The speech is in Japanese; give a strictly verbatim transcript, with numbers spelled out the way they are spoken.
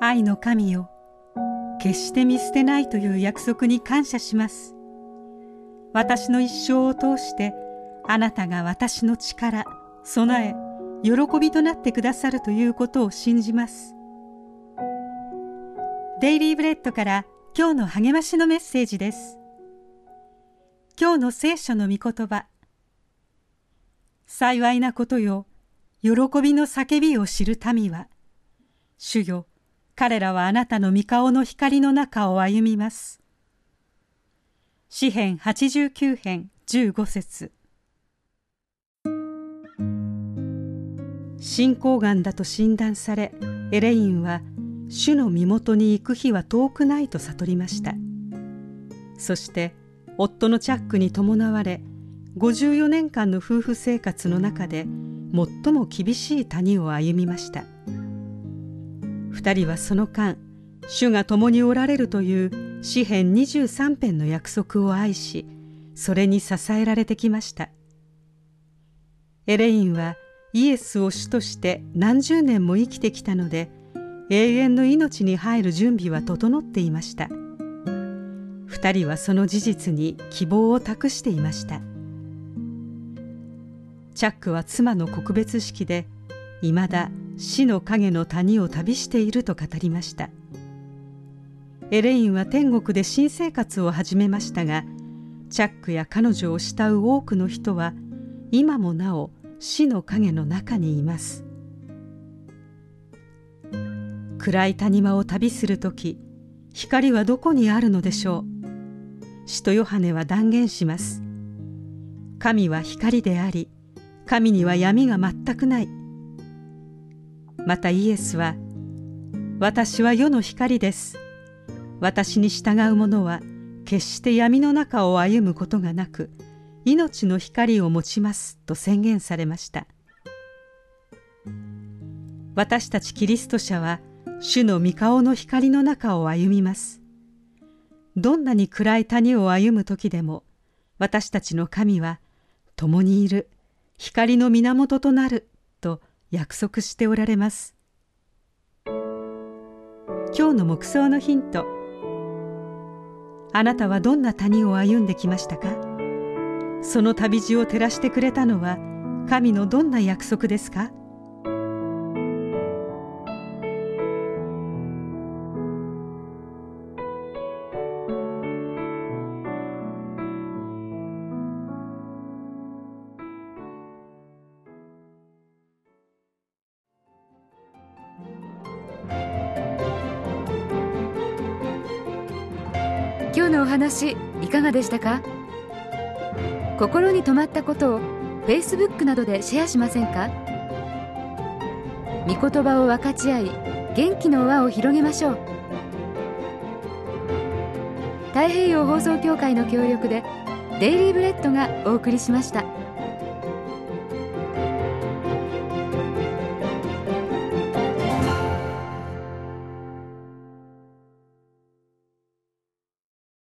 愛の神よ、決して見捨てないという約束に感謝します。私の一生を通してあなたが私の力、備え、喜びとなってくださるということを信じます。デイリーブレッドから今日の励ましのメッセージです。今日の聖書の御言葉。幸いなことよ、喜びの叫びを知る民は、主よ、彼らはあなたの御顔の光の中を歩みます。詩編はちじゅうきゅう編じゅうご節。進行がんだと診断され、エレインは主の身元に行く日は遠くないと悟りました。そして夫のチャックに伴われ、ごじゅうよねんかんの夫婦生活の中で最も厳しい谷を歩みました。二人はその間、主が共におられるという詩編にじゅうさん編の約束を愛し、それに支えられてきました。エレインはイエスを主として何十年も生きてきたので、永遠の命に入る準備は整っていました。二人はその事実に希望を託していました。チャックは妻の告別式で、いまだ死の影の谷を旅していると語りました。エレインは天国で新生活を始めましたが、チャックや彼女を慕う多くの人は今もなお死の影の中にいます。暗い谷間を旅するとき、光はどこにあるのでしょう。使徒ヨハネは断言します。神は光であり、神には闇が全くない。またイエスは、私は世の光です。私に従う者は決して闇の中を歩むことがなく、命の光を持ちますと宣言されました。私たちキリスト者は、主の御顔の光の中を歩みます。どんなに暗い谷を歩む時でも、私たちの神は共にいる、光の源となると約束しておられます。今日の黙想のヒント。あなたはどんな谷を歩んできましたか？その旅路を照らしてくれたのは神のどんな約束ですか？ 今日のお話いかがでしたか？心に留まったことを Facebook などでシェアしませんか？御言葉を分かち合い、元気の輪を広げましょう。太平洋放送協会の協力でデイリーブレッドがお送りしました。